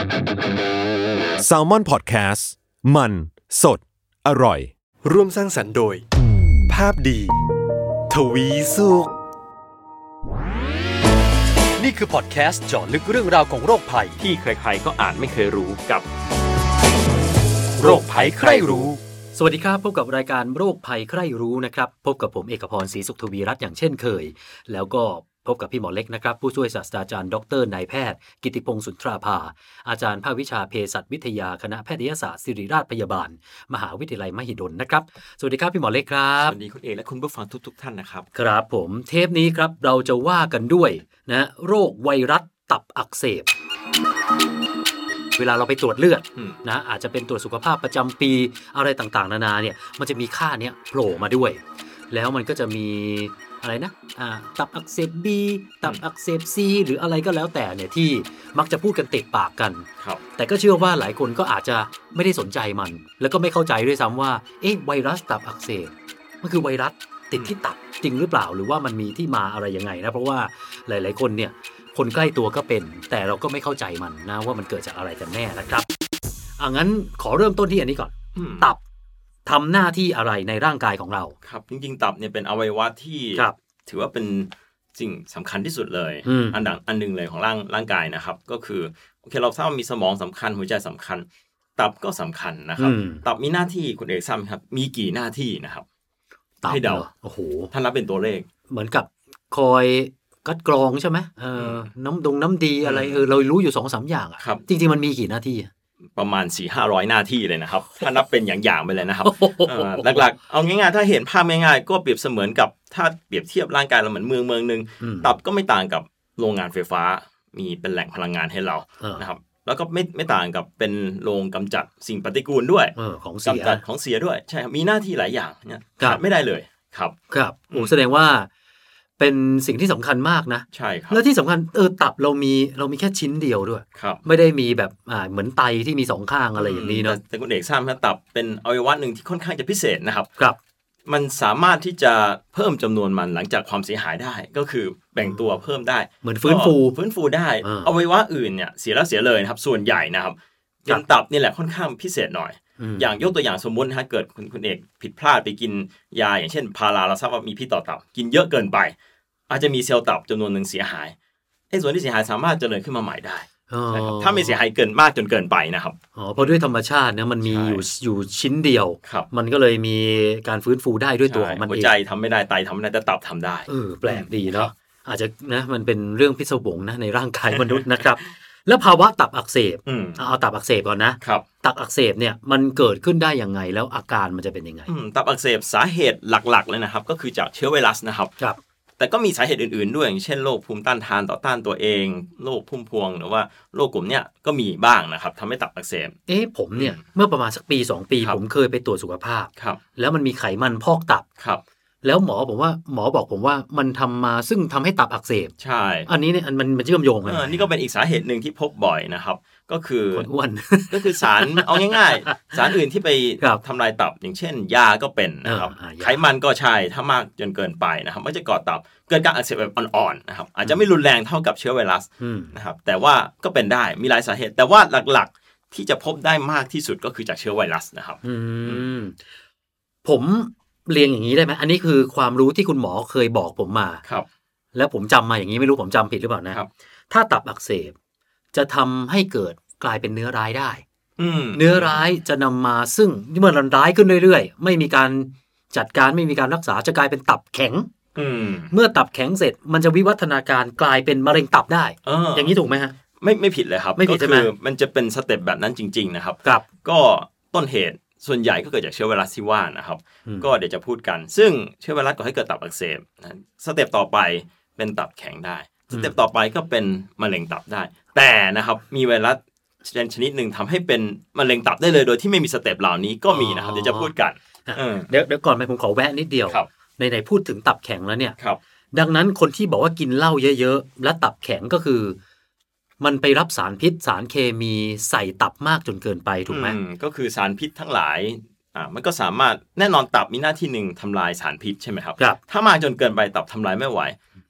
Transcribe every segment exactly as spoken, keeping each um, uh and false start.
Salmon Podcast มันสดอร่อยร่วมสร้างสรรค์โดยภาพดีทวีสุขนี่คือพอดแคสต์เจาะลึกเรื่องราวของโรคภัยที่ใครๆก็อ่านไม่เคยรู้กับโรคภัยใครรู้สวัสดีครับพบกับรายการโรคภัยใครรู้นะครับพบกับผมเอกพรศรีสุขทวีรัตน์อย่างเช่นเคยแล้วก็พบกับพี่หมอเล็กนะครับผู้ช่วยศาสตราจารย์ดรนายแพทย์กิติพงศ์สุนทราภาอาจารย์ภาควิชาเภสัชวิทยาคณะแพทยศาสตร์ศิริราชพยาบาลมหาวิทยาลัยมหิดลนะครับสวัสดีครับพี่หมอเล็กครับสวัสดีคุณเอกและคุณผู้ฟังทุกๆท่านนะครับครับผมเทปนี้ครับเราจะว่ากันด้วยนะโรคไวรัสตับอักเสบเวลาเราไปตรวจเลือดนะอาจจะเป็นตรวจสุขภาพประจำปีอะไรต่างๆนานาเนี่ยมันจะมีค่าเนี้ยโผล่มาด้วยแล้วมันก็จะมีอะไรนะอ่าตับอักเสบ B ตับอักเสบ C หรืออะไรก็แล้วแต่เนี่ยที่มักจะพูดกันติดปากกันครับแต่ก็เชื่อว่าหลายคนก็อาจจะไม่ได้สนใจมันแล้วก็ไม่เข้าใจด้วยซ้ำว่าเอ๊ะไวรัสตับอักเสบมันคือไวรัสติดที่ตับจริงหรือเปล่าหรือว่ามันมีที่มาอะไรยังไงนะเพราะว่าหลายๆคนเนี่ยคนใกล้ตัวก็เป็นแต่เราก็ไม่เข้าใจมันนะว่ามันเกิดจากอะไรกันแน่นะครับอ่ะงั้นขอเริ่มต้นที่อันนี้ก่อนตับทำหน้าที่อะไรในร่างกายของเราครับจริงๆตับเนี่ยเป็นอวัยวะที่ถือว่าเป็นสิ่งสำคัญที่สุดเลยอันดังอันนึงเลยของร่างร่างกายนะครับก็คือโอเคเราทราบว่ามีสมองสำคัญหัวใจสำคัญตับก็สำคัญนะครับตับมีหน้าที่คุณเอกทราบครับมีกี่หน้าที่นะครับให้เดาโอ้โหถ้านับเป็นตัวเลขเหมือนกับคอยคัดกรองใช่ไหมเออน้ำดงน้ำดีอะไรเออเรารู้อยู่ สองสาม อย่างอ่ะจริงๆมันมีกี่หน้าที่ประมาณ สี่ถึงห้าร้อย หน้าที่เลยนะครับถ้านับเป็นอย่างๆไปเลยนะครับหลักๆเอาง่ายๆถ้าเห็นภาพง่ายๆก็เปรียบเสมือนกับถ้าเปรียบเทียบร่างกายเราเหมือนเมืองเมืองนึงตับก็ไม่ต่างกับโรงงานไฟฟ้ามีเป็นแหล่งพลังงานให้เรานะครับแล้วก็ไม่ไม่ต่างกับเป็นโรงกำจัดสิ่งปฏิกูลด้วยกำจัดของเสียด้วยใช่ครับมีหน้าที่หลายอย่างเนี่ยขาดไม่ได้เลยครับครับโอ้แสดงว่าเป็นสิ่งที่สำคัญมากนะใช่ครับแล้วที่สำคัญเออตับเรามีเรามีแค่ชิ้นเดียวด้วยไม่ได้มีแบบอ่าเหมือนไตที่มีสองข้างอะไรอย่างนี้เนาะแต่คุณเอกทราบไหมตับเป็นอวัยวะหนึ่งที่ค่อนข้างจะพิเศษนะครับครับมันสามารถที่จะเพิ่มจำนวนมันหลังจากความเสียหายได้ก็คือแบ่งตัวเพิ่มได้เหมือนฟื้นฟูฟื้นฟูได้อวัยวะอื่นเนี่ยเสียแล้วเสียเลยนะครับส่วนใหญ่นะครับเป็นตับนี่แหละค่อนข้างพิเศษหน่อยอย่างยกตัวอย่างสมมุตินะเกิดคุณคุณเอกผิดพลาดไปกินยาอย่างเช่นพาราเราทราบว่ามีพิษต่อตับกินเยอะเกินไปอาจจะมีเซลล์ตับจำนวนหนึ่งเสียหายไอ้ส่วนที่เสียหายสามารถเจริญขึ้นมาใหม่ได้ถ้าไม่เสียหายเกินมากจนเกินไปนะครับอ๋อเพราะด้วยธรรมชาติเนี่ยมันมีอยู่อยู่ชิ้นเดียวมันก็เลยมีการฟื้นฟูได้ด้วยตัวของมันเองหัวใจทำไม่ได้ไตทำไม่ได้แต่ตับทำได้เออแปลกดีเนาะอาจจะนะมันเป็นเรื่องพิศวงนะในร่างกายมนุษย์นะครับแล้วภาวะตับอักเสบเอาตับอักเสบก่อนนะตับอักเสบเนี่ยมันเกิดขึ้นได้ยังไงแล้วอาการมันจะเป็นยังไงตับอักเสบสาเหตุหลักๆเลยนะครับก็คือจากเชื้อไวรัสนะครับแต่ก็มีสาเหตุอื่นๆด้วยอย่างเช่นโรคภูมิต้านทานต่อต้านตัวเองโรคพุ่มพวงหรือว่าโรคกลุ่มเนี้ยก็มีบ้างนะครับทำให้ตับอักเสบเอ๊ะผมเนี่ยเมื่อประมาณสักปีสองปีผมเคยไปตรวจสุขภาพแล้วมันมีไขมันพอกตับแล้วหมอผมว่าหมอบอกผมว่ามันทำมาซึ่งทำให้ตับอักเสบใช่อันนี้เนี่ยมันมันเชื่อมโยงกันนี่ก็เป็นอีกสาเหตุหนึ่งที่พบบ่อยนะครับก็คือคนอ้วนก็คือสารเอาง่ายๆสารอื่นที่ไปทำลายตับอย่างเช่นยาก็เป็นนะครับไขมันก็ใช่ถ้ามากจนเกินไปนะครับมันจะก่อตับเกิดการอักเสบแบบอ่อนๆนะครับอาจจะไม่รุนแรงเท่ากับเชื้อไวรัสนะครับแต่ว่าก็เป็นได้มีหลายสาเหตุแต่ว่าหลักๆที่จะพบได้มากที่สุดก็คือจากเชื้อไวรัสนะครับผมเรียงอย่างนี้ได้ไหมอันนี้คือความรู้ที่คุณหมอเคยบอกผมมาครับแล้วผมจำมาอย่างนี้ไม่รู้ผมจำผิดหรือเปล่านะครับถ้าตับอักเสบจะทำให้เกิดกลายเป็นเนื้อร้ายได้เนื้อร้ายจะนำมาซึ่งเมื่อมันร้ายขึ้นเรื่อยๆไม่มีการจัดการไม่มีการรักษาจะกลายเป็นตับแข็งเมื่อตับแข็งเสร็จมันจะวิวัฒนาการกลายเป็นมะเร็งตับได้ อ, อย่างนี้ถูกไหมฮะไม่ไม่ผิดเลยครับไม่ผิดใช่ไหมมันจะเป็นสเต็ปแบบนั้นจริงๆนะครับก็ต้นเหตุส่วนใหญ่ก็เกิดจากเชื้อไวรัสที่ว่านะครับก็เดี๋ยวจะพูดกันซึ่งเชื้อไวรัสก่อให้เกิดตับอักเสบสเต็ปต่อไปเป็นตับแข็งได้สเต็ปต่อไปก็เป็นมะเร็งตับได้แต่นะครับมีไวรัสชนิดหนึ่งทำให้เป็นมะเร็งตับได้เลยโดยที่ไม่มีสเต็ปเหล่านี้ก็มีนะครับเดี๋ยวจะพูดกันเดี๋ยวเดี๋ยวก่อนไปผมขอแวะนิดเดียวในไหนพูดถึงตับแข็งแล้วเนี่ยดังนั้นคนที่บอกว่ากินเหล้าเยอะๆและตับแข็งก็คือมันไปรับสารพิษสารเคมีใส่ตับมากจนเกินไปถูกไหมก็คือสารพิษทั้งหลายอ่ามันก็สามารถแน่นอนตับมีหน้าที่หนึ่งทำลายสารพิษใช่ไหมครับถ้ามากจนเกินไปตับทำลายไม่ไหว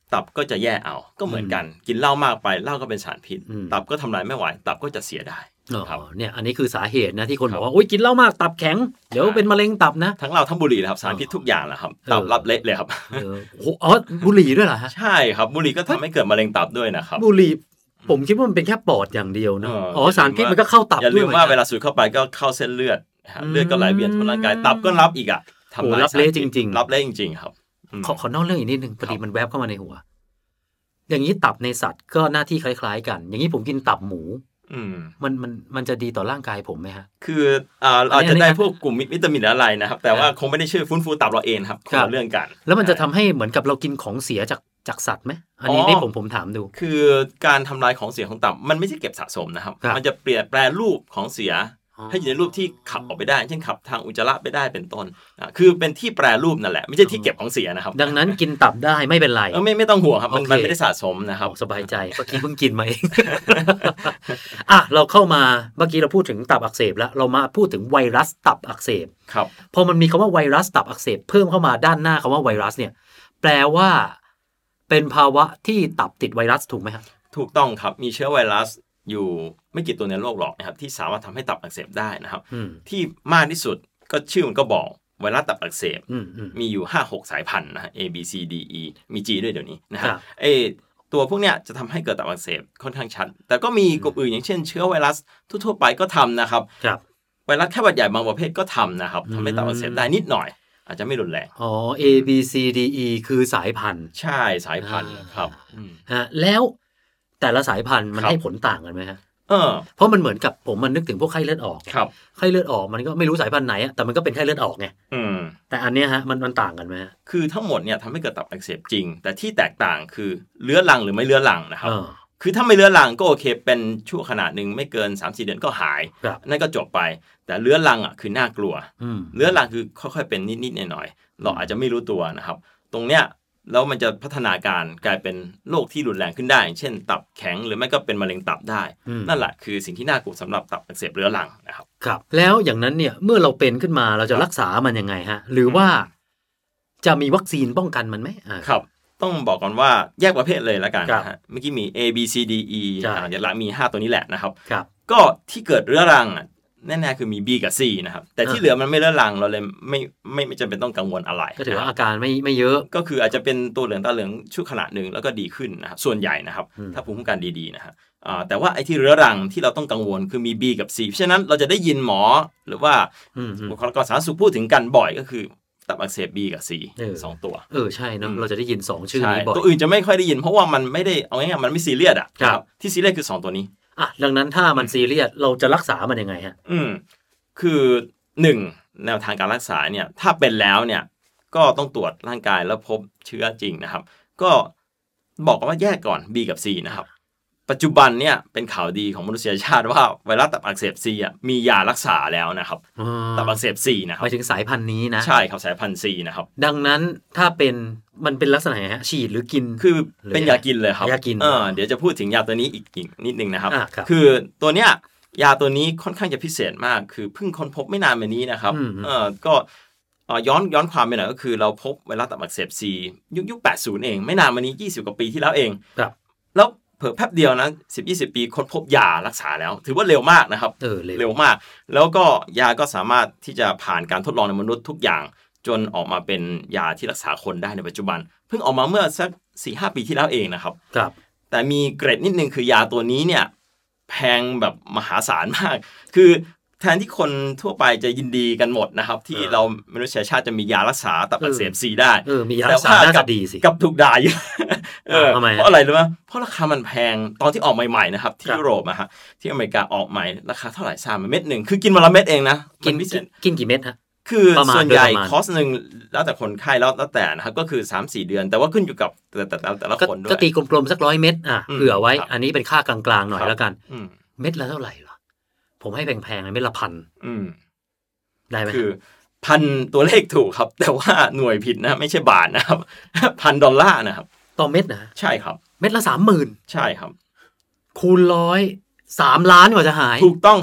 ตับก็จะแย่เอาก็เหมือนกันกินเหล้ามากไปเหล้าก็เป็นสารพิษตับก็ทำลายไม่ไหวตับก็จะเสียได้ครับเนี่ยอันนี้คือสาเหตุนะที่คนบอกว่าโอ๊ยกินเหล้ามากตับแข็งเดี๋ยวเป็นมะเร็งตับนะทั้งเหล้าทั้งบุหรี่ครับสารพิษทุกอย่างแหละครับตับรับเละเลยครับอ๋อบุหรี่ด้วยเหรอฮะใช่ครับบุหรี่ก็ทำให้เกิดมะเร็งตับด้วยนะครับบุหรี่ผมคิดว่ามันเป็นแค่ปอดอย่างเดียวนะอ๋อสารพิษมันก็เข้าตับด้วยอย่าลืมว่าเวลาสูดเข้าไปก็เข้าเส้นเลือดเลือดก็ไหลเวียนทั่วร่างกายตับก็รับอีกอ่ะทำลายรับเละจริงๆรับเละจริงๆครับขอขอนอกเรื่องอีกนิดนึงพอดีมันแวบเข้ามาในหัวอย่างนี้ตับในสัตว์ก็หน้าที่คล้ายๆกันอย่างนี้ผมกินตับหมูมันมันมันจะดีต่อร่างกายผมไหมฮะคืออ่าเราจะได้พวกกลุ่มวิตามินอะไรนะครับแต่ว่าคงไม่ได้ช่วยฟื้นฟูตับเราเองครับคนละเรื่องกันแล้วมันจะทำให้เหมือนกับเรากินของเสียจากจากสัตว์ไหมอันนี้นี่ผมผมถามดูคือการทำลายของเสียของตับมันไม่ใช่เก็บสะสมนะครับมันจะเปลี่ยนแปลรูปของเสียให้อยู่ในรูปที่ขับออกไปได้เช่นขับทางอุจจาระไปได้เป็นต้นคือเป็นที่แปรรูปนั่นแหละไม่ใช่ที่เก็บของเสียนะครับดังนั้นกินตับได้ไม่เป็นไรเออไม่ไม่ต้องห่วงครับมันมันไม่ได้สะสมนะครับสบายใจเมื่อกี้เพิ่งกินมาเองอ่ะเราเข้ามาเมื่อกี้เราพูดถึงตับอักเสบแล้วเรามาพูดถึงไวรัสตับอักเสบครับพอมันมีคำว่าไวรัสตับอักเสบเพิ่มเข้ามาด้านหน้าคำว่าไวรัสเนี่ยแปลว่าเป็นภาวะที่ตับติดไวรัสถูกไหมครับถูกต้องครับมีเชื้อไวรัสอยู่ไม่กี่ตัวในโลกหรอกนะครับที่สามารถทำให้ตับอักเสบได้นะครับที่มากที่สุดก็ชื่อมันก็บอกไวรัสตับอักเสบมีอยู่ ห้าหก สายพันธุ์นะ A B C D E มี G ด้วยเดี๋ยวนี้นะครับไอ้ตัวพวกเนี้ยจะทำให้เกิดตับอักเสบค่อนข้างชัดแต่ก็มีกลุ่มอื่นอย่างเช่นเชื้อไวรัสทั่วๆไปก็ทำนะครับไวรัสแค่หวัดใหญ่บางประเภทก็ทำนะครับทำให้ตับอักเสบได้นิดหน่อยอาจจะไม่รุนแรงอ๋อ A B C D E คือสายพันธุ์ใช่สายพันธุ์ครับฮะแล้วแต่ละสายพันธุ์มันให้ผลต่างกันไหมฮะเออเพราะมันเหมือนกับผมมันนึกถึงพวกไข้เลือดออกครับไข้เลือดออกมันก็ไม่รู้สายพันธุ์ไหนแต่มันก็เป็นไข้เลือดออกไงแต่อันเนี้ยฮะมันมันต่างกันไหมคือทั้งหมดเนี่ยทำให้เกิดตับอักเสบจริงแต่ที่แตกต่างคือเรื้อรังหรือไม่เรื้อรังนะครับคือถ้าไม่เรื้อรังก็โอเคเป็นชั่วขณะนึงไม่เกิน สามสี่ เดือนก็หายนั่นก็จบไปแต่เรื้อรังอ่ะคือน่ากลัวเรื้อรังคือค่อยๆเป็นนิดๆหน่อยๆเราอาจจะไม่รู้ตัวนะครับตรงเนี้ยแล้วมันจะพัฒนาการกลายเป็นโรคที่รุนแรงขึ้นได้เช่นตับแข็งหรือไม่ก็เป็นมะเร็งตับได้นั่นแหละคือสิ่งที่น่ากลัวสำหรับตับอักเสบเรื้อรังนะครับครับแล้วอย่างนั้นเนี่ยเมื่อเราเป็นขึ้นมาเราจะรักษามันยังไงฮะหรือว่าจะมีวัคซีนป้องกันมันไหมครับต้องบอกก่อนว่าแยกประเภทเลยแล้วกันนะฮะเมื่อกี้มี A B C D E อย่างละมีห้าตัวนี้แหละนะครับก็ที่เกิดเรื้อรังแน่ๆคือมี B กับ C นะครับแต่ที่เหลือมันไม่เรื้อรังเราเลยไม่ไม่ไม่จำเป็นต้องกังวลอะไรก็ถือว่าอาการไม่ไม่เยอะก็คืออาจจะเป็นตัวเหลืองตาเหลืองชั่วขณะหนึ่งแล้วก็ดีขึ้นนะครับส่วนใหญ่นะครับถ้าภูมิคุ้มกันดีๆนะฮะแต่ว่าไอ้ที่เรื้อรังที่เราต้องกังวลคือมี B กับ C เพราะฉะนั้นเราจะได้ยินหมอหรือว่าบุคลากรสาธารณสุขพูดถึงกันบ่อยก็คือตับอักเสบ B กับ C สองตัวเออใช่เนาะเราจะได้ยินสองชื่อนี้บ่อยตัวอื่นจะไม่ค่อยได้ยินเพราะว่ามันไม่ได้เอาง่ายๆมันไม่ซีเรียสอ่ะที่ซีเรียสคือสองตัวนี้อ่ะดังนั้นถ้ามันซีเรียสเราจะรักษามันยังไงฮะอืมคือหนึ่งแนวทางการรักษาเนี่ยถ้าเป็นแล้วเนี่ยก็ต้องตรวจร่างกายแล้วพบเชื้อจริงนะครับก็บอกว่าแยกก่อน B กับ C นะครับปัจจุบันเนี่ยเป็นข่าวดีของมนุษยชาติว่าไวรัสตับอักเสบ C อ่ะมียารักษาแล้วนะครับตับอักเสบ C นะครับหมายถึงสายพันธุ์นี้นะใช่ครับสายพันธุ์ C นะครับดังนั้นถ้าเป็นมันเป็นลักษณะฮะฉีดหรือกินคือเป็นยากินเลยครับยากินเออเดี๋ยวจะพูดถึงยาตัวนี้อีกอีกนิดนึงนะครับคือตัวเนี้ยยาตัวนี้ค่อนข้างจะพิเศษมากคือเพิ่งค้นพบไม่นานมานี้นะครับเออก็ย้อนย้อนความไปหน่อยก็คือเราพบไวรัสตับอักเสบ C ยุคยุคแปดสิบเองไม่นานมานี้ยี่สิบกว่าปีที่แล้วเองครับแล้วเพิ่งแป๊บเดียวนะ สิบ ยี่สิบ ปีค้นพบยารักษาแล้วถือว่าเร็วมากนะครับเออเร็วมากแล้วก็ยาก็สามารถที่จะผ่านการทดลองในมนุษย์ทุกอย่างจนออกมาเป็นยาที่รักษาคนได้ในปัจจุบันเพิ่งออกมาเมื่อสัก สี่ห้า ปีที่แล้วเองนะครับครับแต่มีเกรดนิดนึงคือยาตัวนี้เนี่ยแพงแบบมหาศาลมากคือแทนที่คนทั่วไปจะยินดีกันหมดนะครับที่เรามนุษยชาติจะมียารักษาตับอักเสบ C ได้เออมียารักษาน่าจะดีสิกับถูกด่าเยอะเออเพราะอะไรรู้มั้ยเพราะราคามันแพงตอนที่ออกใหม่ๆนะครับที่ยุโรปอะฮะที่อเมริกาออกใหม่ราคาเท่าไหร่ทราบมั้ยเม็ดนึงคือกินวันละเม็ดเองนะกินกินกี่เม็ดฮะคือส่วนใหญ่คอสนึงแล้วแต่คนไข้แล้วแล้วแต่นะครับก็คือ สามสี่ เดือนแต่ว่าขึ้นอยู่กับแต่แต่แต่ละคนด้วยก็ตีกลมๆสักหนึ่งร้อยเม็ดอ่ะเผื่อไว้อันนี้เป็นค่ากลางๆหน่อยแล้วกันเม็ดละเท่าไหร่เหรอผมให้แพงๆเลยเม็ดละพันได้ไหมคือพันตัวเลขถูกครับแต่ว่าหน่วยผิดนะไม่ใช่บาทนะครับพันดอลลาร์นะครับต่อเม็ดนะใช่ครับเม็ดละสามหมื่นใช่ครับคูณร้อยสามล้านกว่าจะหายถูกต้องครับ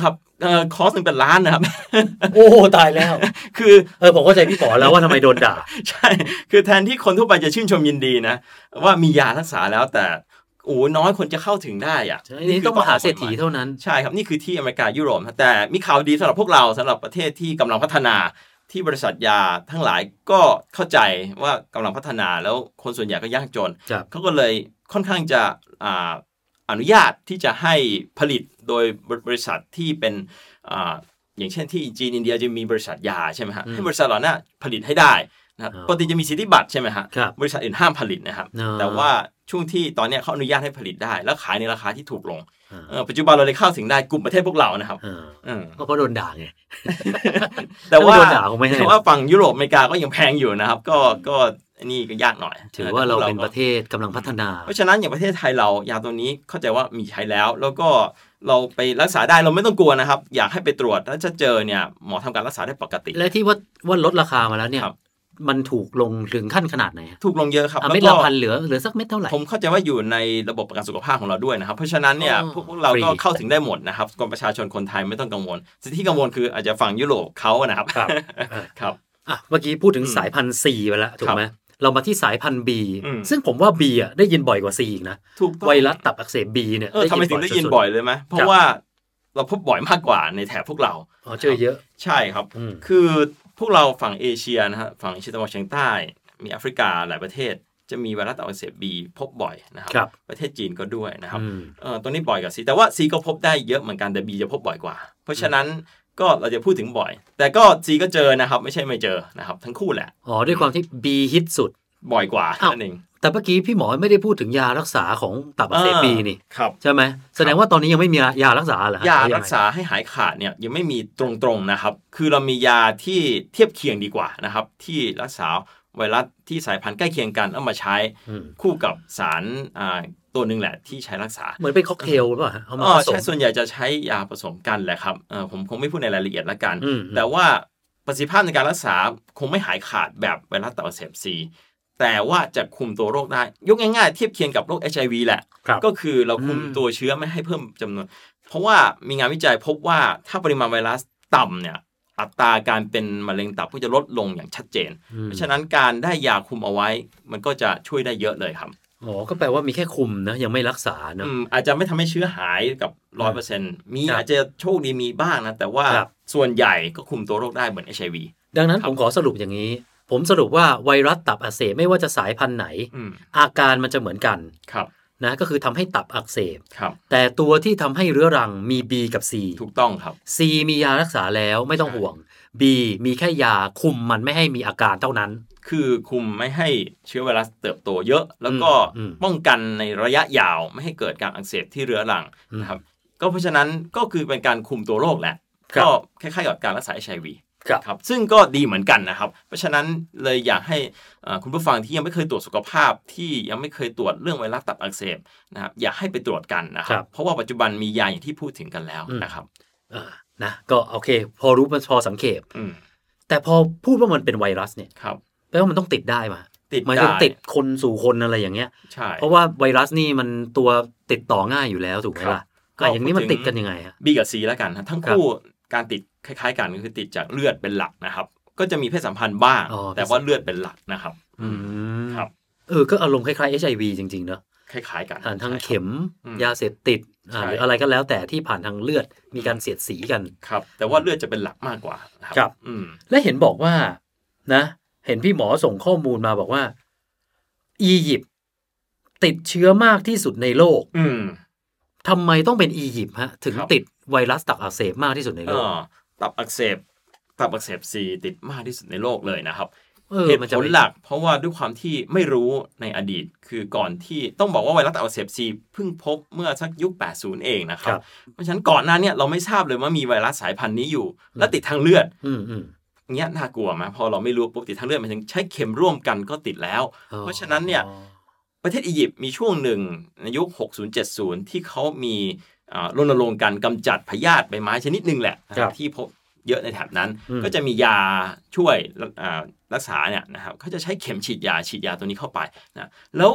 เอ่อคอสหนึ่งเป็นล้านนะครับโอ้ตายแล้วคือเออผมเข้าใจพี่ป๋อแล้วว่าทำไมโดนด่าใช่คือแทนที่คนทั่วไปจะชื่นชมยินดีนะว่ามียารักษาแล้วแต่โอ้น้อยคนจะเข้าถึงได้อ่ะนี่ต้องมหาเศรษฐีเท่านั้นใช่ครับนี่คือที่อเมริกายุโรปแต่มีข่าวดีสำหรับพวกเราสำหรับประเทศที่กำลังพัฒนาที่บริษัทยาทั้งหลายก็เข้าใจว่ากำลังพัฒนาแล้วคนส่วนใหญ่ก็ยากจนเขาก็เลยค่อนข้างจะอ่าอนุญาตที่จะให้ผลิตโดยบริษัทที่เป็นอ่าอย่างเช่นที่จีนอินเดียจะมีบริษัทยาใช่ไหมฮะให้บริษัทเหล่านั้นผลิตให้ได้นะครับปกติจะมีสิทธิบัตรใช่ไหมฮะบริษัทอื่นห้ามผลิตนะครับแต่ว่าช่วงที่ตอนนี้เขาอนุญาตให้ผลิตได้แล้วขายในราคาที่ถูกลงปัจจุบันเราเลยเข้าถึงได้กลุ่มประเทศพวกเรานะครับก็เพราะโดนด่าไงแต่ว่าแต่ว่าฝั่งยุโรปอเมริกาก็ยังแพงอยู่นะครับก็ก็นี่ก็ยากหน่อยถือว่าเราเป็นประเทศกำลังพัฒนาเพราะฉะนั้นอย่างประเทศไทยเรายาตัวนี้เข้าใจว่ามีใช้แล้วแล้วก็เราไปรักษาได้เราไม่ต้องกลัวนะครับอยากให้ไปตรวจแล้วจะเจอเนี่ยหมอทำการรักษาได้ปกติและที่ว่าว่าลดราคามาแล้วเนี่ยมันถูกลงถึงขั้นขนาดไหนถูกลงเยอะครับเม็ดละพันเหลือเหลือสักเม็ดเท่าไหร่ผมเข้าใจว่าอยู่ในระบบประกันสุขภาพของเราด้วยนะครับเพราะฉะนั้นเนี่ยพวกเราก็เข้าถึงได้หมดนะครับคนประชาชนคนไทยไม่ต้องกังวลสิ่งที่กังวลคืออาจจะฝั่งยุโรปเขานะครับครับครับอ่ะเมื่อกี้พูดถึงสายพันธุ์ C ไปแล้วถูกไหมเรามาที่สายพันธุ์ B ซึ่งผมว่า B อ่ะได้ยินบ่อยกว่า C อีกนะไวรัสตับอักเสบ B เนี่ยทำไมถึงได้ยินบ่อยเลยไหมเพราะว่าเราพบบ่อยมากกว่าในแถบพวกเราอ๋อเจอเยอะใช่ครับคือพวกเราฝั่งเอเชียนะฮะฝั่งเอเชียตะวันออกเฉียงใต้มีแอฟริกาหลายประเทศจะมีไวรัสตับอักเสบ B พบบ่อยนะครับประเทศจีนก็ด้วยนะครับเออตัวนี้บ่อยกว่า C แต่ว่า C ก็พบได้เยอะเหมือนกันแต่ B จะพบบ่อยกว่าเพราะฉะนั้นก็เราจะพูดถึงบ่อยแต่ก็ C ก็เจอนะครับไม่ใช่ไม่เจอนะครับทั้งคู่แหละอ๋อด้วยความที่ B ฮิตสุดบ่อยกว่านั่นเองแต่เมื่อกี้พี่หมอไม่ได้พูดถึงยารักษาของตับอักเสบ B นี่ใช่ไหมแสดงว่าตอนนี้ยังไม่มียารักษาเหรอยารักษาให้หายขาดเนี่ยยังไม่มีตรงๆนะครับคือเรามียาที่เทียบเคียงดีกว่านะครับที่รักษาไวรัสที่สายพันธุ์ใกล้เคียงกันเอามาใช้คู่กับสารตัวหนึ่งแหละที่ใช้รักษาเหมือนเป็นค็อกเทลหรือเปล่าเอามาผสมใช่ส่วนใหญ่จะใช้ยาผสมกันแหละครับผมคงไม่พูดในรายละเอียดละกันแต่ว่าประสิทธิภาพในการรักษาคงไม่หายขาดแบบไวรัสตับอักเสบ Cแต่ว่าจะคุมตัวโรคได้ยกง่ายๆเทียบเคียงกับโรค เอช ไอ วี แหละก็คือเราคุมตัวเชื้อไม่ให้เพิ่มจำนวนเพราะว่ามีงานวิจัยพบว่าถ้าปริมาณไวรัสต่ำเนี่ยอัตราการเป็นมะเร็งตับก็จะลดลงอย่างชัดเจนเพราะฉะนั้นการได้ยาคุมเอาไว้มันก็จะช่วยได้เยอะเลยครับอ๋อก็แปลว่ามีแค่คุมนะยังไม่รักษาเนอะอาจจะไม่ทำให้เชื้อหายกับ ร้อยเปอร์เซ็นต์ มีอาจจะโชคดีมีบ้างนะแต่ว่าส่วนใหญ่ก็คุมตัวโรคได้เหมือน เอช ไอ วีดังนั้นผมขอสรุปอย่างนี้ผมสรุปว่าไวรัสตับอักเสบไม่ว่าจะสายพันธุ์ไหนอาการมันจะเหมือนกันนะก็คือทำให้ตับอักเสบแต่ตัวที่ทำให้เรื้อรังมี B กับ C ถูกต้องครับ C มียารักษาแล้วไม่ต้องห่วง B มีแค่ยาคุมมันไม่ให้มีอาการเท่านั้นคือคุมไม่ให้เชื้อไวรัสเติบโตเยอะแล้วก็ป้องกันในระยะยาวไม่ให้เกิดการอักเสบที่เรื้อรังนะครับก็เพราะฉะนั้นก็คือเป็นการคุมตัวโรคแหละก็คล้ายๆกับการรักษา เอช ไอ วี ครับซึ่งก็ดีเหมือนกันนะครับเพราะฉะนั้นเลยอยากให้คุณผู้ฟังที่ยังไม่เคยตรวจสุขภาพที่ยังไม่เคยตรวจเรื่องไวรัสตับอักเสบนะครับอยากให้ไปตรวจกันนะครับเพราะว่าปัจจุบันมียาอย่างที่พูดถึงกันแล้วนะครับนะก็โอเคพอรู้พอสังเกตแต่พอพูดว่ามันเป็นไวรัสเนี่ยแปลว่ามันต้องติดได้มาติดมันจะติดคนสู่คนอะไรอย่างเงี้ยใช่เพราะว่าไวรัสนี่มันตัวติดต่อง่ายอยู่แล้วถูกไหมล่ะก็อย่างนี้มันติดกันยังไงฮะ B กับ C แล้วกันทั้งคู่การติดคล้ายๆกันก็คือติดจากเลือดเป็นหลักนะครับก็จะมีเพศสัมพันธ์บ้างแต่ว่าเลือดเป็นหลักนะครับครับเออก็อารมณ์คล้ายๆ เอช ไอ วี จริงๆเนอะคล้ายๆกันผ่านทางเข็มยาเสพติดหรืออะไรก็แล้วแต่ที่ผ่านทางเลือดมีการเสียดสีกันครับแต่ว่าเลือดจะเป็นหลักมากกว่าครับและเห็นบอกว่านะเห็นพี่หมอส่งข้อมูลมาบอกว่าอียิปต์ติดเชื้อมากที่สุดในโลกทำไมต้องเป็นอียิปต์ฮะถึงติดไวรัสตับอักเสบมากที่สุดในโลกตับอักเสบตับอักเสบ C ติดมากที่สุดในโลกเลยนะครับเหตุผลหลักเพราะว่าด้วยความที่ไม่รู้ในอดีตคือก่อนที่ต้องบอกว่าไวรัสตับอักเสบ C เพิ่งพบเมื่อสักยุคแปดสิบเองนะครับเพราะฉะนั้นก่อนหน้านี้เราไม่ทราบเลยว่ามีไวรัสสายพันธุ์นี้อยู่และติดทางเลือดเงี้ยน่ากลัวมั้ยพอเราไม่รู้ปุ๊บติดทางเลือดมันถึงใช้เข็มร่วมกันก็ติดแล้วเพราะฉะนั้นเนี่ยประเทศอียิปต์มีช่วงหนึ่งในยุคหกสิบ เจ็ดสิบที่เขามีรณรงค์การกำจัดพยาธิใบไม้ชนิดนึงแหละที่พบเยอะในแถบนั้นก็จะมียาช่วยรักษาเนี่ยนะครับเขาจะใช้เข็มฉีดยาฉีดยาตัวนี้เข้าไปนะแล้ว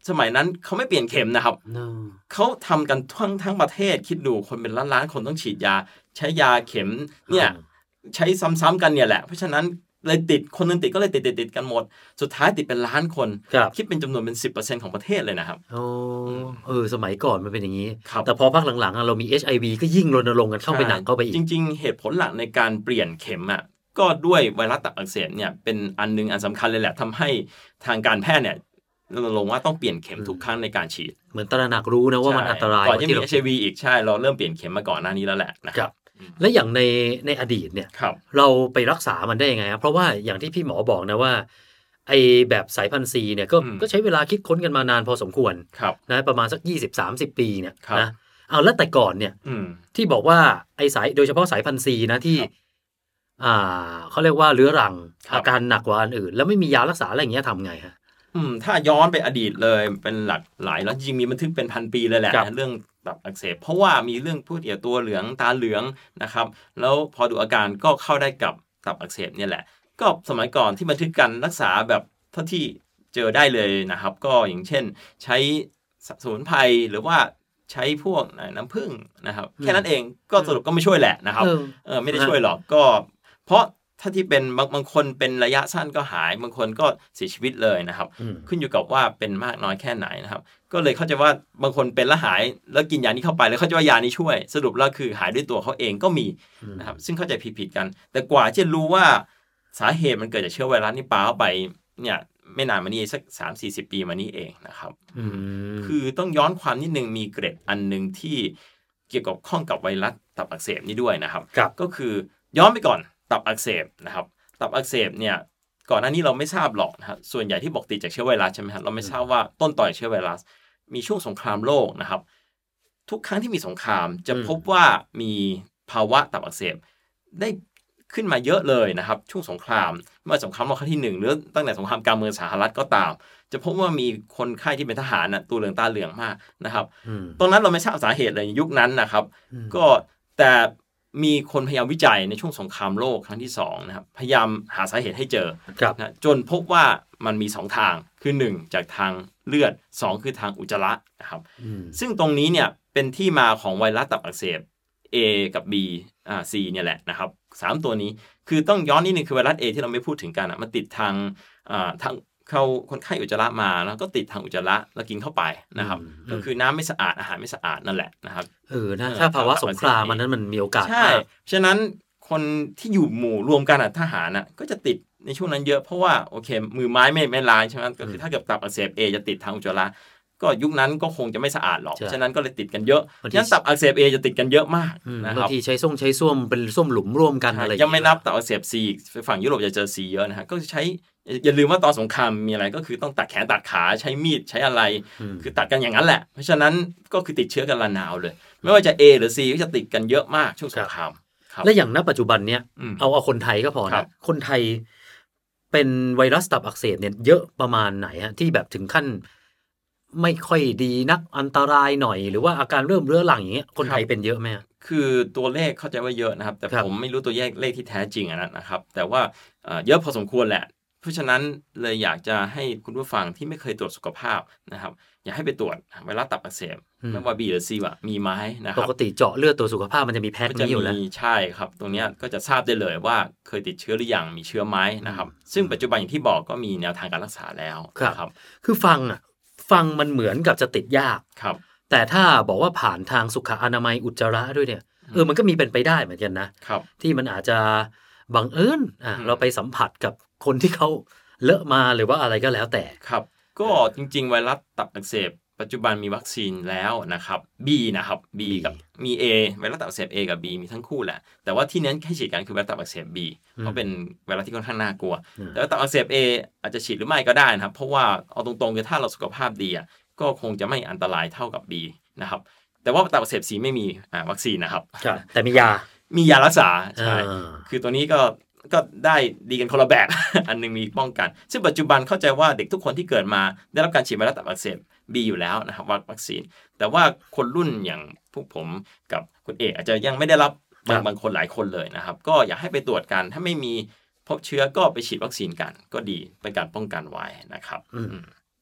สมัยนั้นเขาไม่เปลี่ยนเข็มนะครับ no. เขาทำกันทั้งทั้งประเทศคิดดูคนเป็นล้านๆคนต้องฉีดยาใช้ยาเข็มเนี่ยใช้ซ้ำๆกันเนี่ยแหละเพราะฉะนั้นเลยติดคนนึงติดก็เลยติดติดกันหมดสุดท้ายติดเป็นล้านคนคิดเป็นจำนวนเป็น สิบเปอร์เซ็นต์ ของประเทศเลยนะครับโอ้เออสมัยก่อนมันเป็นอย่างนี้แต่พอพักหลังๆเรามี เอช ไอ วี ก็ยิ่งรณรงค์กันเข้าไปหนักเข้าไปอีกจริงๆเหตุผลหลักในการเปลี่ยนเข็มอ่ะก็ด้วยไวรัสตับอักเสบเนี่ยเป็นอันนึงอันสำคัญเลยแหละทำให้ทางการแพทย์เนี่ยรณรงค์ว่าต้องเปลี่ยนเข็มทุกครั้งในการฉีดเหมือนตระหนักรู้นะว่ามันอันตรายก่อนที่มี เอช ไอ วี อีกใช่เราเริ่มเปลี่ยนเข็มมาก่อนหน้านี้แล้วแหละนะครับและอย่างในในอดีตเนี่ยรเราไปรักษามันได้ยังไงครับเพราะว่าอย่างที่พี่หมอบอกนะว่าไอแบบสายพันธุ์ C เนี่ยก็ก็ใช้เวลาคิดค้นกันมานานพอสมควรนะประมาณสัก ยี่สิบถึงสามสิบ ปีเนี่ยนะเอาแล้วแต่ก่อนเนี่ยที่บอกว่าไอสายโดยเฉพาะสายพันธุ์ C นะที่อ่าเขาเรียกว่าเรื้อรังอาการหนักกว่าอันอื่นแล้วไม่มียารักษาอะไรอย่างเงี้ยทำไงฮะอืมถ้าย้อนไปอดีตเลยเป็นหลักหลายแล้วจริงมีบันทึกเป็นพันปีเลยแหละเรื่องตับอักเสบเพราะว่ามีเรื่องพูดเอี่ยวตัวเหลืองตาเหลืองนะครับแล้วพอดูอาการก็เข้าได้กับตับอักเสบเนี่ยแหละก็สมัยก่อนที่บันทึกการรักษาแบบเท่าที่เจอได้เลยนะครับก็อย่างเช่นใช้สมุนไพรหรือว่าใช้พวกน้ำผึ้งนะครับแค่นั้นเองก็สรุปก็ไม่ช่วยแหละนะครับเออไม่ได้ช่วยหรอกก็เพราะถ้าที่เป็นบางบางคนเป็นระยะสั้นก็หายบางคนก็เสียชีวิตเลยนะครับขึ้นอยู่กับว่าเป็นมากน้อยแค่ไหนนะครับก็เลยเข้าใจว่าบางคนเป็นแล้วหายแล้วกินยานี้เข้าไปแล้วเขาจะว่ายานี้ช่วยสรุปแล้วคือหายด้วยตัวเขาเองก็มีนะครับซึ่งเข้าใจผิดๆกันแต่กว่าจะรู้ว่าสาเหตุมันเกิดจากเชื้อไวรัสนี่ปาเข้าไปเนี่ยไม่นานมานี้สัก สามถึงสี่สิบ ปีมานี้เองนะครับคือต้องย้อนความนิดนึงมีเกร็ดอันนึงที่เกี่ยวกับข้องกับไวรัสตับอักเสบนี้ด้วยนะครับก็คือย้อนไปก่อนตับอักเสบนะครับตับอักเสบเนี่ยก่อนหน้านี้เราไม่ทราบหรอกนะครับส่วนใหญ่ที่บอกติดจากเชื้อไวรัสใช่ไหมครับเราไม่ทราบว่าต้นต่อเชื้อไวรัสมีช่วงสงครามโลกนะครับทุกครั้งที่มีสงครามจะพบว่ามีภาวะตับอักเสบได้ขึ้นมาเยอะเลยนะครับช่วงสงครามเมื่อสงครามโลกครั้งที่หนึ่งหรือตั้งแต่สงครามกลางเมืองสหรัฐก็ตามจะพบว่ามีคนไข้ที่เป็นทหารน่ะตัวเหลืองตาเหลืองมากนะครับตรงนั้นเราไม่ทราบสาเหตุเลยยุคนั้นนะครับก็แต่มีคนพยายามวิจัยในช่วงสงครามโลกครั้งที่สองนะครับพยายามหาสาเหตุให้เจอนะจนพบว่ามันมีสองทางคือหนึ่งจากทางเลือดสองคือทางอุจจาระนะครับซึ่งตรงนี้เนี่ยเป็นที่มาของไวรัสตับอักเสบ A กับ B อ่า C เนี่ยแหละนะครับสามตัวนี้คือต้องย้อนนิดนึงคือไวรัส A ที่เราไม่พูดถึงกันอ่ะมันติดทางอ่าทางเขาคนไข้อุจจาระมาแล้วก็ติดทางอุจจาระแล้วกินเข้าไปนะครับก็คือน้ำไม่สะอาดอาหารไม่สะอาดนั่นแหละนะครับเออนะถ้าภาวะสงครามมันนั้นมันมีโอกาสใช่ฉะนั้นคนที่อยู่หมู่รวมกันอ่ะทหารน่ะก็จะติดในช่วงนั้นเยอะเพราะว่าโอเคมือไม้ไม่ไม่ล้างใช่ไหมก็คือถ้าเกิดตับอักเสบ A จะติดทางอุจจาระก็ยุคนั้นก็คงจะไม่สะอาดหรอกฉะนั้นก็เลยติดกันเยอะฉะนั้นตับอักเสบ A จะติดกันเยอะมากนะครับบางทีใช้ส้มใช้ส้วมเป็นส้วมหลุมร่วมกันอะไรยังไม่นับตับอักเสบ C ฝั่งยุโรปจะเจอ C เยอะนะฮะก็ใช้อย่าลืมว่าตอนสงครามมีอะไรก็คือต้องตัดแขนตัดขาใช้มีดใช้อะไรคือตัดกันอย่างนั้นแหละเพราะฉะนั้นก็คือติดเชื้อกันระนาวเลยไม่ว่าจะ A หรือ C ก็จะติดกันเยอะมากช่วงสงครามและอย่างณปัจจุบันเนี้ยเอาเอาคนไทยก็พอนะคนไทยเป็นไวรัสตับอักเสบเนี่ยเยอะประมาณไหนฮะที่แบบถึงขั้นไม่ค่อยดีนักอันตรายหน่อยหรือว่าอาการเริ่มเรื้อรังอย่างเงี้ยคนไทยเป็นเยอะไหมคือตัวเลขเข้าใจว่าเยอะนะครับแต่ผมไม่รู้ตัวเลขเลขที่แท้จริงอันนั้นนะครับแต่ว่าเยอะพอสมควรแหละเพราะฉะนั้นเลยอยากจะให้คุณผู้ฟังที่ไม่เคยตรวจสุขภาพนะครับอยากให้ไปตรวจไวรัสตับอักเสบไม่ว่า B หรือ C อ่ะมีไหมนะครับปกติเจาะเลือดตรวจสุขภาพมันจะมีแพทย์นี้อยู่แล้วใช่ครับตรงนี้ก็จะทราบได้เลยว่าเคยติดเชื้อหรือยังมีเชื้อไหมนะครับซึ่งปัจจุบันอย่างที่บอกก็มีแนวทางการรักษาแล้วครับคือฟังอ่ะฟังมันเหมือนกับจะติดยากครับแต่ถ้าบอกว่าผ่านทางสุขอนามัยอุจจาระด้วยเนี่ยเออมันก็มีเป็นไปได้เหมือนกันนะครับที่มันอาจจะบังเอิญอ่ะเราไปสัมผัสกับคนที่เขาเลอะมาหรือว่าอะไรก็แล้วแต่ครับก็จริงๆไวรัสตับอักเสบปัจจุบันมีวัคซีนแล้วนะครับ B นะครับ B กับมี A ไวรัสตับอักเสบ A กับ B มีทั้งคู่แหละแต่ว่าที่เน้นให้ฉีดกันคือไวรัสตับอักเสบ B เพราะเป็นไวรัสที่ค่อนข้างน่ากลัวแต่ว่าตับอักเสบ A อาจจะฉีดหรือไม่ก็ได้นะครับเพราะว่าเอาตรงๆคือถ้าเราสุขภาพดีอ่ะก็คงจะไม่อันตรายเท่ากับ B นะครับแต่ว่าตับอักเสบ C ไม่มีอ่าวัคซีนนะครับแต่มียามียารักษาใช่คือตัวนี้ก็ก็ได้ดีกันคนละแบบ อันนึงมีป้องกันซึ่งปัจจุบันเข้าใจว่าเด็กทุกคนที่เกิดมาได้รับการฉีดไวรัสตับอักเสบ B อยู่แล้วนะครับวัคซีนแต่ว่าคนรุ่นอย่างพวกผมกับคุณเอกอาจจะยังไม่ได้รับบางบางคนหลายคนเลยนะครับก็อยากให้ไปตรวจกันถ้าไม่มีพบเชื้อก็ไปฉีดวัคซีนกันก็ดีเป็นการป้องกันไว้นะครับ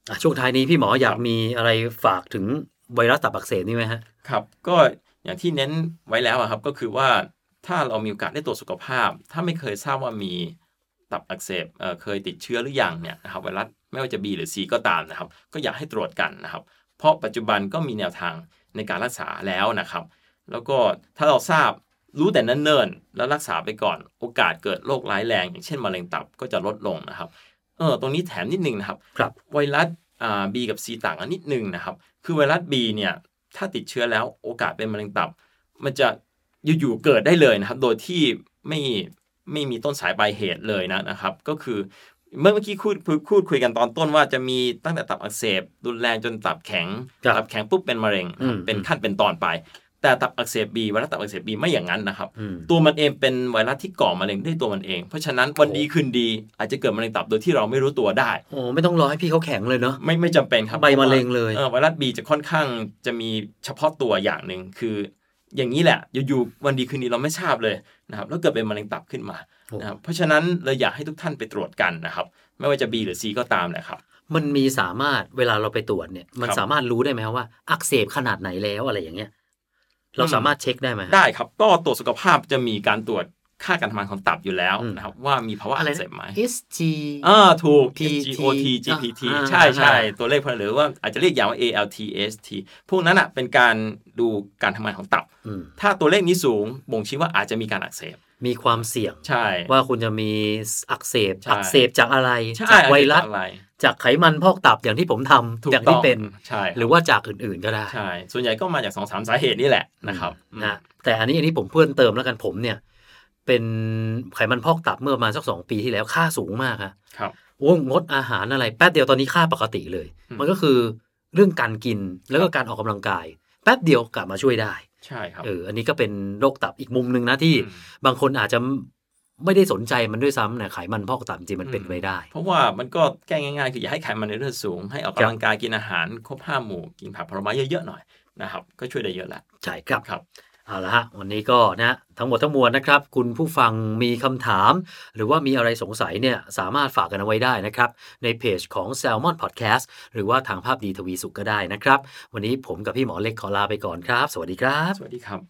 ช่วงท้ายนี้พี่หมออยากมีอะไรฝากถึงไวรัสตับอักเสบนี่ไหมฮะครับก็อย่างที่เน้นไว้แล้วครับก็คือว่าถ้าเรามีโอกาสได้ตรวจสุขภาพถ้าไม่เคยทราบว่ามีตับอักเสบ เอ่อ เคยติดเชื้อหรือยังเนี่ยนะครับไวรัสไม่ว่าจะ B หรือ C ก็ตามนะครับก็อยากให้ตรวจกันนะครับเพราะปัจจุบันก็มีแนวทางในการรักษาแล้วนะครับแล้วก็ถ้าเราทราบรู้แต่เนิ่นๆแล้วรักษาไปก่อนโอกาสเกิดโรคร้ายแรงอย่างเช่นมะเร็งตับก็จะลดลงนะครับเออตรงนี้แถมนิดนึงนะครับไวรัสอ่า B กับ C ต่างกันนิดนึงนะครับคือไวรัส B เนี่ยถ้าติดเชื้อแล้วโอกาสเป็นมะเร็งตับมันจะอยู่ๆเกิดได้เลยนะครับโดยที่ไม่ไม่มีต้นสายปลายเหตุเลยนะนะครับก็คือเมื่อเมื่อกี้พูดพูดคุยกันตอนต้นว่าจะมีตั้งแต่ตับอักเสบรุนแรงจนตับแข็งตับแข็งปุ๊บเป็นมะเร็งเป็นขั้นเป็นตอนไปแต่ตับอักเสบ B ไวรัสตับอักเสบ B ไม่อย่างนั้นนะครับตัวมันเองเป็นไวรัสที่ก่อมะเร็งด้วยตัวมันเองเพราะฉะนั้นวันดีคืนดีอาจจะเกิดมะเร็งตับโดยที่เราไม่รู้ตัวได้โอ้ไม่ต้องรอให้พี่เขาแข็งเลยเนาะไม่ไม่จำเป็นครับใบมะเร็งเลยเออไวรัส B จะค่อนข้างจะมีเฉพาะตัวอย่างนึงคืออย่างนี้แหละอยู่ๆวันดีคืนดีเราไม่ทราบเลยนะครับแล้วเกิดเป็นมะเร็งตับขึ้นมานะครับเพราะฉะนั้นเลยอยากให้ทุกท่านไปตรวจกันนะครับไม่ว่าจะ B หรือ C ก็ตามแหละครับมันมีสามารถเวลาเราไปตรวจเนี่ยมันสามารถรู้ได้ไหมว่าอักเสบขนาดไหนแล้วอะไรอย่างเงี้ยเราสามารถเช็คได้ไหมได้ครับก็ตรวจสุขภาพจะมีการตรวจค่าการทำงานของตับอยู่แล้วนะครับว่ามีภาวะอักเสบไหมเอส จีอ่าถูก เอส จี โอ ที จี พี ที ใช่ใช่ตัวเลขพวกนั้นหรือว่าอาจจะเรียกอย่างว่า เอ แอล ที เอส ที พวกนั้นอ่ะเป็นการดูการทำงานของตับถ้าตัวเลขนี้สูงบ่งชี้ว่าอาจจะมีการอักเสบมีความเสี่ยงใช่ว่าคุณจะมีอักเสบอักเสบจากอะไรจากไวรัสจากไขมันพอกตับอย่างที่ผมทำอย่างที่เป็นหรือว่าจากอื่นๆก็ได้ใช่ส่วนใหญ่ก็มาจาก สองสาม สาเหตุนี่แหละนะครับนะแต่อันนี้อันนี้ผมเพิ่มเติมแล้วกันผมเนี่ยเป็นไขมันพอกตับเมื่อประมาณสักสองปีที่แล้วค่าสูงมากครับโอ้งดอาหารอะไรแป๊บเดียวตอนนี้ค่าปกติเลยมันก็คือเรื่องการกินแล้วก็การออกกำลังกายแป๊บเดียวกลับมาช่วยได้ใช่ครับเอออันนี้ก็เป็นโรคตับอีกมุมนึงนะที่บางคนอาจจะไม่ได้สนใจมันด้วยซ้ำเนี่ยไขมันพอกตับจริงมันเป็นไปได้เพราะว่ามันก็แก้ง่ายๆคืออย่าให้ไขมันในเลือดสูงให้ออกกำลังกายกินอาหารครบห้าหมู่กินผักผลไม้เยอะๆหน่อยนะครับก็ช่วยได้เยอะแล้วใช่ครับครับเอาละฮะวันนี้ก็นะทั้งหมดทั้งมวลนะครับคุณผู้ฟังมีคำถามหรือว่ามีอะไรสงสัยเนี่ยสามารถฝากกันเอาไว้ได้นะครับในเพจของ Salmon Podcast หรือว่าทางภาพดีทวีสุขก็ได้นะครับวันนี้ผมกับพี่หมอเล็กขอลาไปก่อนครับสวัสดีครับสวัสดีครับ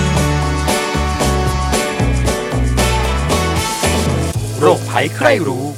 โรคภัยใครรู้